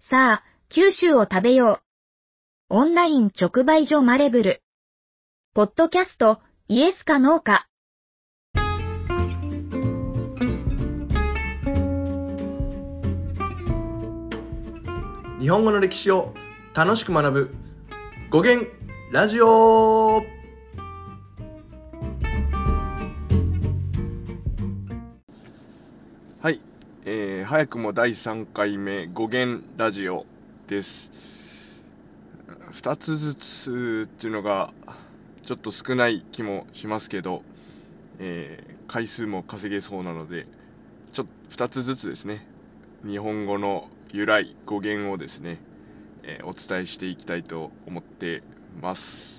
さあ、九州を食べよう。オンライン直売所マレブル。ポッドキャスト、イエスかノーか。 日本語の歴史を楽しく学ぶ語源ラジオ。はい、早くも第3回目語源ラジオです。2つずつっていうのがちょっと少ない気もしますけど、回数も稼げそうなので2つずつですね、日本語の由来語源をですね、お伝えしていきたいと思ってます。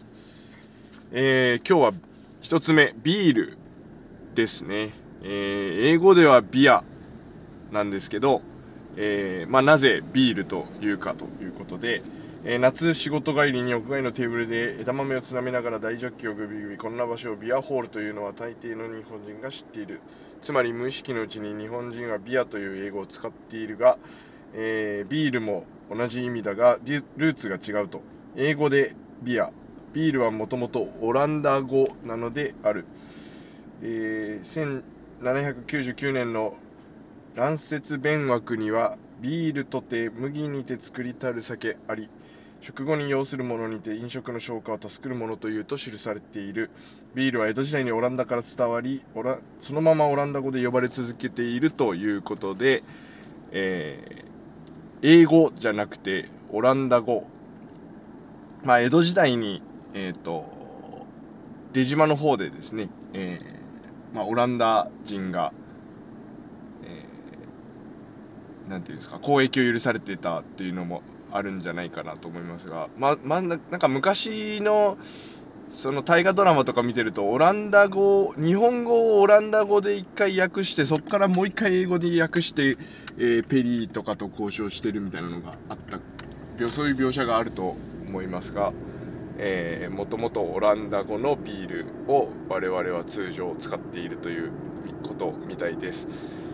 今日は1つ目、ビールですね。英語ではビアなんですけど、なぜビールというかということで、夏仕事帰りに屋外のテーブルで枝豆をつなめながら大ジョッキをグビグビ、こんな場所をビアホールというのは大抵の日本人が知っている。つまり無意識のうちに日本人はビアという英語を使っているが、ビールも同じ意味だがルーツが違うと。英語でビールはもともとオランダ語なのである。1799年の蘭説弁枠には、ビールとて麦にて作りたる酒あり、食後に要するものにて飲食の消化を助けるものというと記されている。ビールは江戸時代にオランダから伝わり、そのままオランダ語で呼ばれ続けているということで、英語じゃなくてオランダ語、江戸時代に、出島の方でですね、オランダ人が、なんていうんですか、交易を許されていたっていうのもあるんじゃないかなと思いますが、なんか昔のその大河ドラマとか見てると、日本語をオランダ語で一回訳して、そこからもう一回英語で訳して、ペリーとかと交渉してるみたいなのがあった、そういう描写があると思いますが、もともとオランダ語のビールを我々は通常使っているということみたいです。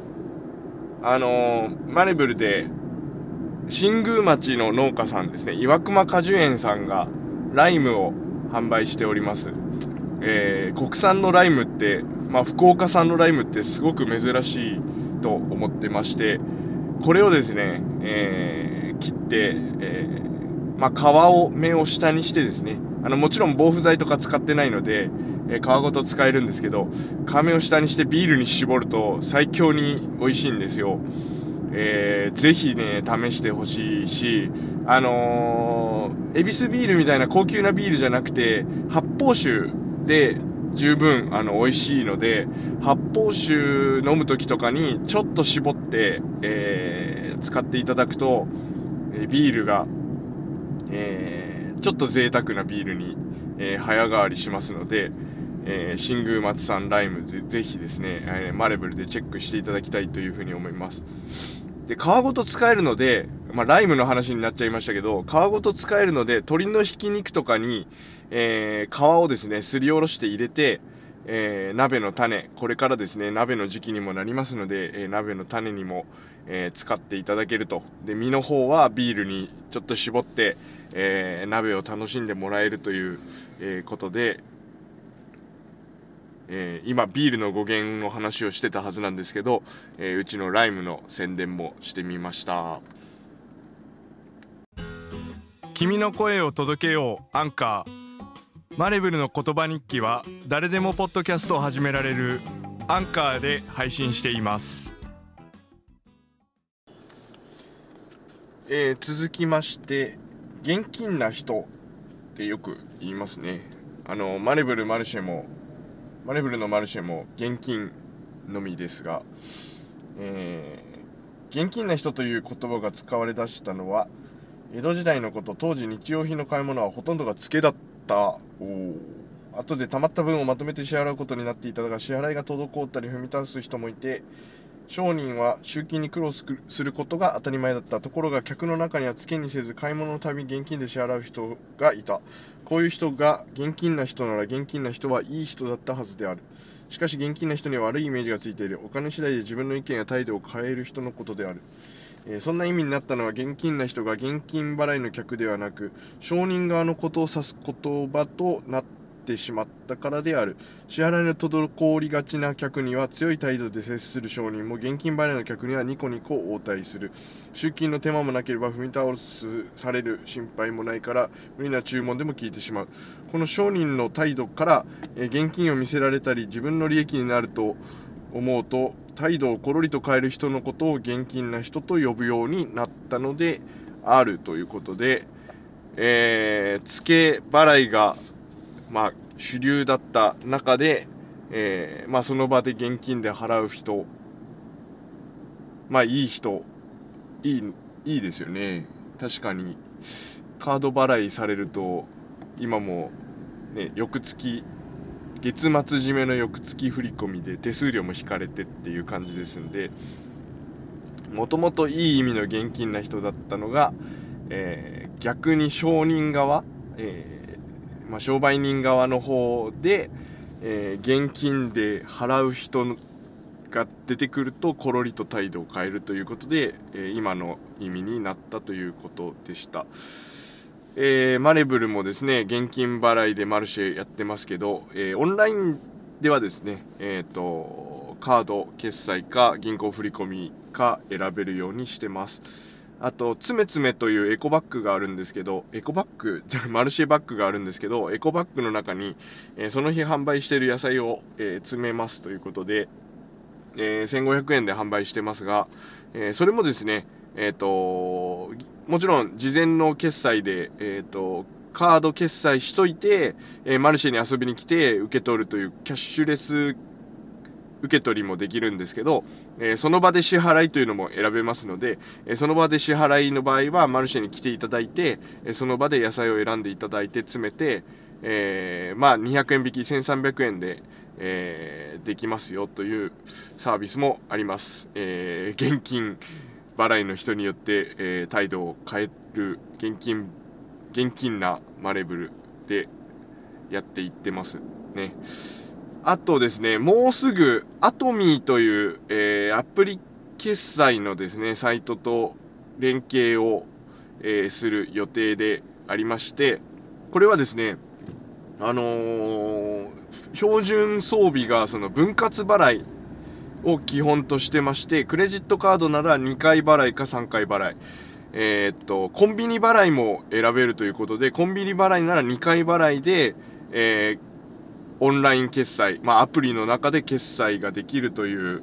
マレブルで新宮町の農家さんですね、岩隈果樹園さんがライムを販売しております。国産のライムって、福岡産のライムってすごく珍しいと思ってまして、これをですね、切って、芽を下にしてですね、もちろん防腐剤とか使ってないので、皮ごと使えるんですけど、皮目を下にしてビールに絞ると最強に美味しいんですよ。ぜひね、試してほしいし、エビスビールみたいな高級なビールじゃなくて、発泡酒で十分美味しいので、発泡酒飲む時とかにちょっと絞って、使っていただくと、ビールが、ちょっと贅沢なビールに、早変わりしますので、新宮松さんライムでぜひですね、マレブルでチェックしていただきたいというふうに思います。で、皮ごと使えるので、ライムの話になっちゃいましたけど、皮ごと使えるので、鶏のひき肉とかに、皮をですね、すりおろして入れて、鍋の種、これからですね、鍋の時期にもなりますので、鍋の種にも、使っていただけると。で、身の方はビールにちょっと絞って、鍋を楽しんでもらえるという、ことで、今ビールの語源の話をしてたはずなんですけど、うちのライムの宣伝もしてみました。 君の声を届けようアンカー。マレブルの言葉日記は誰でもポッドキャストを始められるアンカーで配信しています。 続きまして、現金な人ってよく言いますね。マレブルのマルシェも現金のみですが、現金な人という言葉が使われ出したのは江戸時代のこと。当時日用品の買い物はほとんどがツケだった。後で貯まった分をまとめて支払うことになっていたが、支払いが滞ったり踏み倒す人もいて、商人は集金に苦労することが当たり前だった。ところが客の中にはツケにせず買い物のたび現金で支払う人がいた。こういう人が現金な人なら、現金な人はいい人だったはずである。しかし現金な人には悪いイメージがついている。お金次第で自分の意見や態度を変える人のことである。 そんな意味になったのは、現金な人が現金払いの客ではなく、商人側のことを指す言葉となってしまったからである。支払いの滞りがちな客には強い態度で接する商人も、現金払いの客にはニコニコ応対する。集金の手間もなければ踏み倒される心配もないから、無理な注文でも聞いてしまう。この商人の態度から、現金を見せられたり自分の利益になると思うと、態度をコロリと変える人のことを現金な人と呼ぶようになったのであるということで、付け払いが、主流だった中で、その場で現金で払う人、いい人、いいですよね。確かに、カード払いされると、今も、ね、月末締めの翌月振り込みで手数料も引かれてっていう感じですんで、もともといい意味の現金な人だったのが、逆に商人側、商売人側の方で、現金で払う人が出てくるとコロリと態度を変えるということで、今の意味になったということでした。マレブルもですね、現金払いでマルシェやってますけど、オンラインではですね、カード決済か銀行振込か選べるようにしてます。あと、つめつめというエコバッグがあるんですけど、マルシェバッグがあるんですけど、エコバッグの中に、その日販売している野菜を、詰めますということで、1500円で販売してますが、それもですね、もちろん事前の決済で、カード決済しといて、マルシェに遊びに来て受け取るというキャッシュレス受け取りもできるんですけど、その場で支払いというのも選べますので、その場で支払いの場合はマルシェに来ていただいて、その場で野菜を選んでいただいて詰めて、200円引き1300円で、できますよというサービスもあります。現金払いの人によって、態度を変える現金なマレブルでやっていってますね。あとですね、もうすぐアトミーという、アプリ決済のですね、サイトと連携を、する予定でありまして、これはですね、標準装備がその分割払いを基本としてまして、クレジットカードなら2回払いか3回払い。コンビニ払いも選べるということで、コンビニ払いなら2回払いで、オンライン決済、アプリの中で決済ができるという、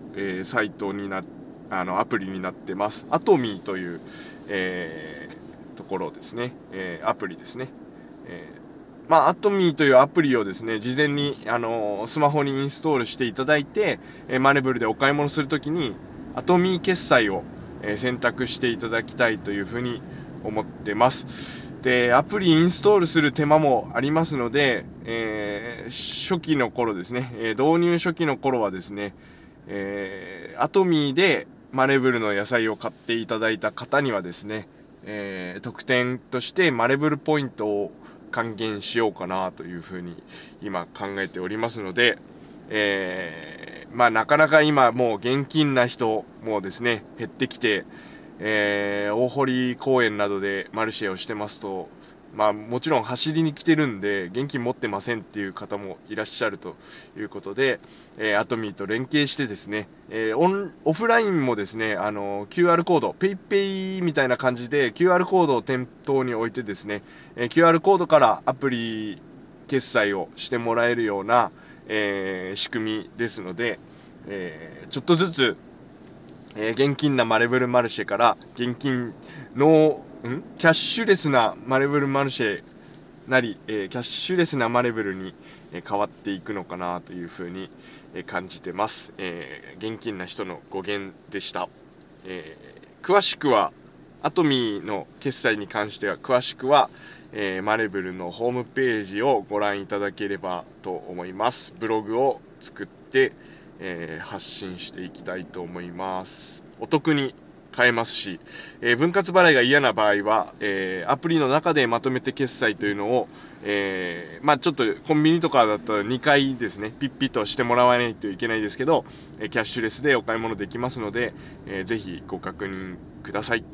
サイトにアプリになってます。アトミーという、ところですね。アプリですね。アトミーというアプリをですね、事前に、スマホにインストールしていただいて、マレブルでお買い物するときに、アトミー決済を、選択していただきたいというふうに思ってます。で、アプリインストールする手間もありますので、初期の頃ですね、導入初期の頃はですね、アトミーでマレブルの野菜を買っていただいた方にはですね、特典としてマレブルポイントを還元しようかなというふうに今考えておりますので、なかなか今もう現金な人もですね、減ってきて、大堀公園などでマルシェをしてますと、もちろん走りに来てるんで現金持ってませんっていう方もいらっしゃるということで、アトミーと連携してですね、オフラインもですね、QR コード、ペイペイみたいな感じで QR コードを店頭に置いてですね、QR コードからアプリ決済をしてもらえるような、仕組みですので、ちょっとずつ、現金なマレブルマルシェから現金のキャッシュレスなマレブルマルシェなり、キャッシュレスなマレブルに変わっていくのかなというふうに感じてます。現金な人の語源でした。詳しくはアトミーの決済に関しては詳しくは、マレブルのホームページをご覧いただければと思います。ブログを作って、発信していきたいと思います。お得に買えますし、分割払いが嫌な場合は、アプリの中でまとめて決済というのを、ちょっとコンビニとかだと2回ですね、ピッピッとしてもらわないといけないですけど、キャッシュレスでお買い物できますので、ぜひご確認ください。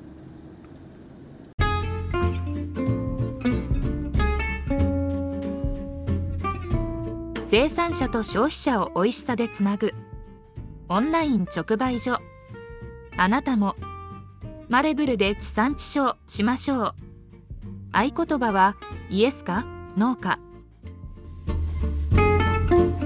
生産者と消費者を美味しさでつなぐオンライン直売所。あなたもマレブルで地産地消しましょう。合言葉はイエスかノーか。